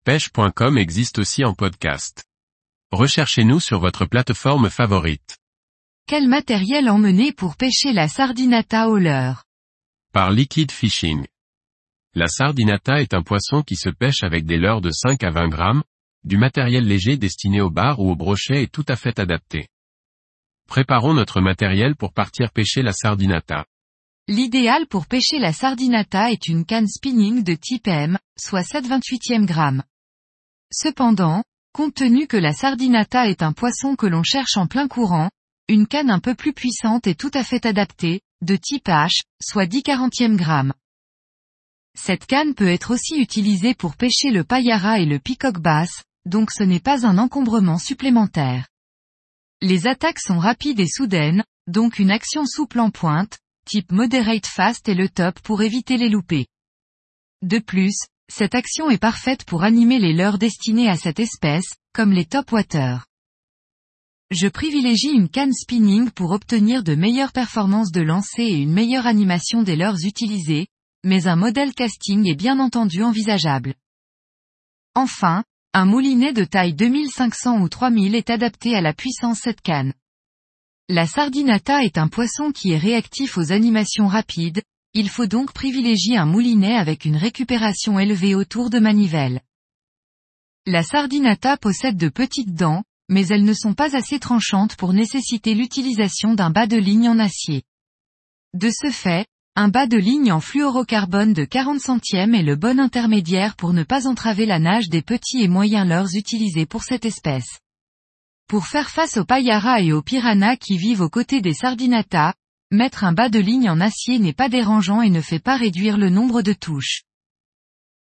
pêche.com existe aussi en podcast. Recherchez-nous sur votre plateforme favorite. Quel matériel emmener pour pêcher la sardinata au leurre? Par Liquid Fishing. La sardinata est un poisson qui se pêche avec des leurres de 5 à 20 grammes, du matériel léger destiné au bar ou au brochet est tout à fait adapté. Préparons notre matériel pour partir pêcher la sardinata. L'idéal pour pêcher la sardinata est une canne spinning de type M, soit 7/28e gramme. Cependant, compte tenu que la sardinata est un poisson que l'on cherche en plein courant, une canne un peu plus puissante est tout à fait adaptée, de type H, soit 10/40e gramme. Cette canne peut être aussi utilisée pour pêcher le payara et le peacock bass, donc ce n'est pas un encombrement supplémentaire. Les attaques sont rapides et soudaines, donc une action souple en pointe, type moderate fast est le top pour éviter les loupés. De plus, cette action est parfaite pour animer les leurres destinés à cette espèce, comme les topwater. Je privilégie une canne spinning pour obtenir de meilleures performances de lancer et une meilleure animation des leurres utilisées, mais un modèle casting est bien entendu envisageable. Enfin, un moulinet de taille 2500 ou 3000 est adapté à la puissance cette canne. La sardinata est un poisson qui est réactif aux animations rapides, il faut donc privilégier un moulinet avec une récupération élevée autour de manivelle. La sardinata possède de petites dents, mais elles ne sont pas assez tranchantes pour nécessiter l'utilisation d'un bas de ligne en acier. De ce fait, un bas de ligne en fluorocarbone de 40 centièmes est le bon intermédiaire pour ne pas entraver la nage des petits et moyens leurres utilisés pour cette espèce. Pour faire face aux payara et aux piranhas qui vivent aux côtés des sardinata, mettre un bas de ligne en acier n'est pas dérangeant et ne fait pas réduire le nombre de touches.